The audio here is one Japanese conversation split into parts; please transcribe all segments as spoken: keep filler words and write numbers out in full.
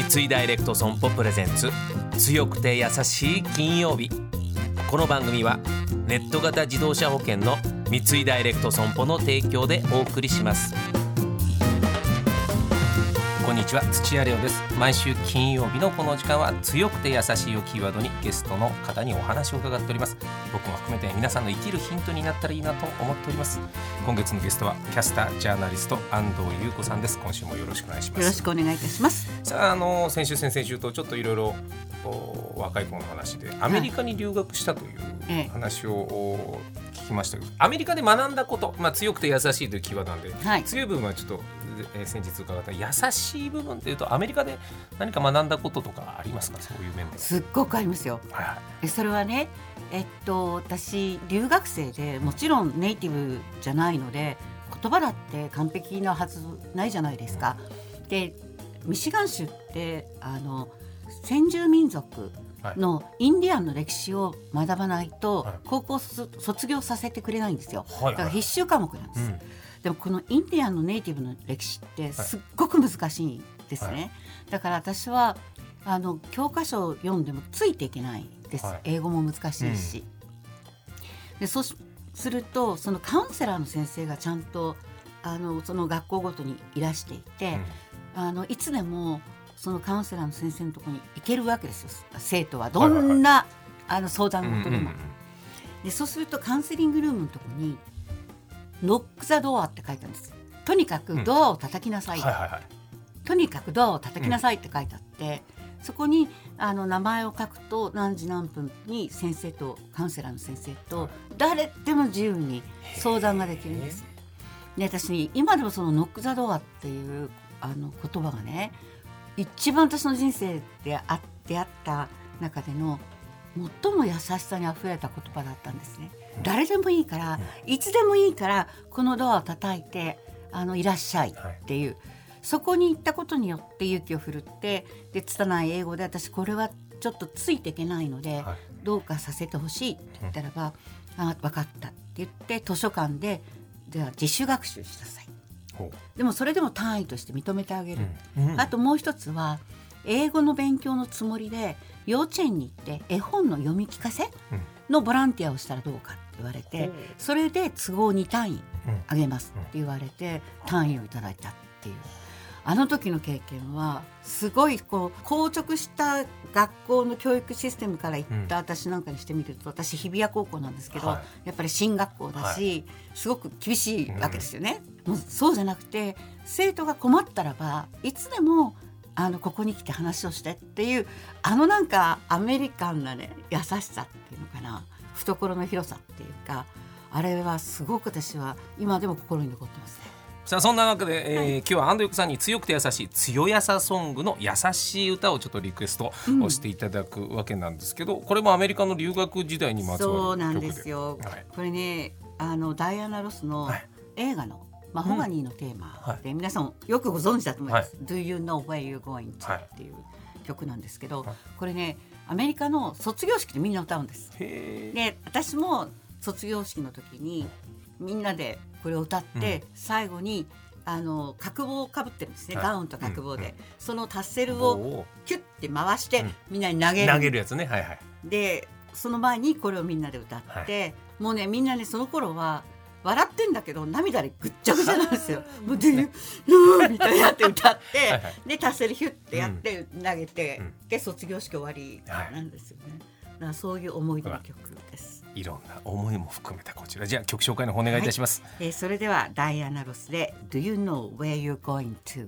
三井ダイレクト損保プレゼンツ強くて優しい金曜日。この番組はネット型自動車保険の三井ダイレクト損保の提供でお送りします。こんにちは、土屋レオです。毎週金曜日のこの時間は強くて優しいをキーワードにゲストの方にお話を伺っております。僕も含めて皆さんの生きるヒントになったらいいなと思っております。今月のゲストはキャスタージャーナリスト安藤優子さんです。今週もよろしくお願いします。 よろしくお願いいたします。 さあ、あの先週先々週とちょっといろいろ若い子の話でアメリカに留学したという話を聞きましたけど、アメリカで学んだこと、まあ、強くて優しいというキーワードなんで、はい、強い部分はちょっと、えー、先日伺った優しい部分というと、アメリカで何か学んだこととかありますか？そういう面では。 すっごくありますよ、はいはい、それはね、えっと、私留学生でもちろんネイティブじゃないので言葉だって完璧なはずないじゃないですか、うん、でミシガン州ってあの先住民族のインディアンの歴史を学ばないと高校卒業させてくれないんですよ。だから必修科目なんです、はいはい、でもこのインディアンのネイティブの歴史ってすっごく難しいんですね、はい、だから私はあの教科書を読んでもついていけないです、はい、英語も難しいし、うん、でそうするとそのカウンセラーの先生がちゃんとあのその学校ごとにいらしていて、うん、あのいつでもそのカウンセラーの先生のところに行けるわけですよ。生徒はどんな、はいはいはい、あの相談事でも、うんうんうん、でそうするとカウンセリングルームのところにノックザドアって書いてあるんです。とにかくドアを叩きなさい、うんはいはいはい、とにかくドアを叩きなさいって書いてあって、うん、そこにあの名前を書くと何時何分に先生とカウンセラーの先生と誰でも自由に相談ができるんです。で私に今でもそのノックザドアっていうあの言葉がね、一番私の人生であってあった中での最も優しさにあふれた言葉だったんですね。誰でもいいから、いつでもいいからこのドアを叩いてあのいらっしゃいっていう、はい、そこに行ったことによって勇気を振るって、で拙い英語で私これはちょっとついていけないので、はい、どうかさせてほしいって言ったらば、うん、あ分かったって言って図書館ででは自主学習しなさい。でもそれでも単位として認めてあげる、うんうん、あともう一つは英語の勉強のつもりで幼稚園に行って絵本の読み聞かせのボランティアをしたらどうかって言われて、うん、それで都合に単位あげますって言われて単位をいただいたっていう、あの時の経験はすごいこう硬直した学校の教育システムから行った私なんかにしてみると、私日比谷高校なんですけど、はい、やっぱり進学校だし、はい、すごく厳しいわけですよね、うん、もうそうじゃなくて生徒が困ったらばいつでもあのここに来て話をしてっていう、あのなんかアメリカンなね優しさっていうのかな、懐の広さっていうか、あれはすごく私は今でも心に残ってますね。 さあそんな中で、えーはい、今日は安藤優子さんに強くて優しい強やさソングの優しい歌をちょっとリクエストをしていただくわけなんですけど、うん、これもアメリカの留学時代にまつわる曲で。 そうなんですよ、はい、これねあのダイアナ・ロスの映画のマホガニーのテーマで、うんはい、皆さんよくご存知だと思います、はい、Do you know where you're going to、はい、っていう曲なんですけど、はい、これねアメリカの卒業式でみんな歌うんです。で私も卒業式の時にみんなでこれを歌って、うん、最後にあの角帽をかぶってるんですね、はい、ガウンと角帽で、うんうん、そのタッセルをキュッて回して、うん、みんなに投げる投げるやつね、はいはい、 でその前にこれをみんなで歌って、はい、もうねみんなねその頃は笑ってんだけど涙でぐっちゃぐちゃなんですよもうでみたいになって歌ってはい、はい、でタッセルヒュッてやって投げて、うん、で卒業式終わりなんですよね、はい、だからそういう思い出の曲です。 いろんな思いも含めたこちら、じゃあ曲紹介の方お願いいたします、 はい、えー、それではダイアナ・ロスで Do you know where you're going to。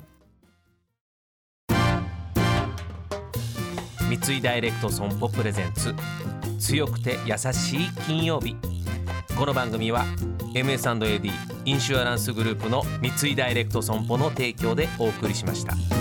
三井ダイレクト損保プレゼンツ強くて優しい金曜日。この番組は エムエスアンドエーディー インシュアランスグループの三井ダイレクト損保の提供でお送りしました。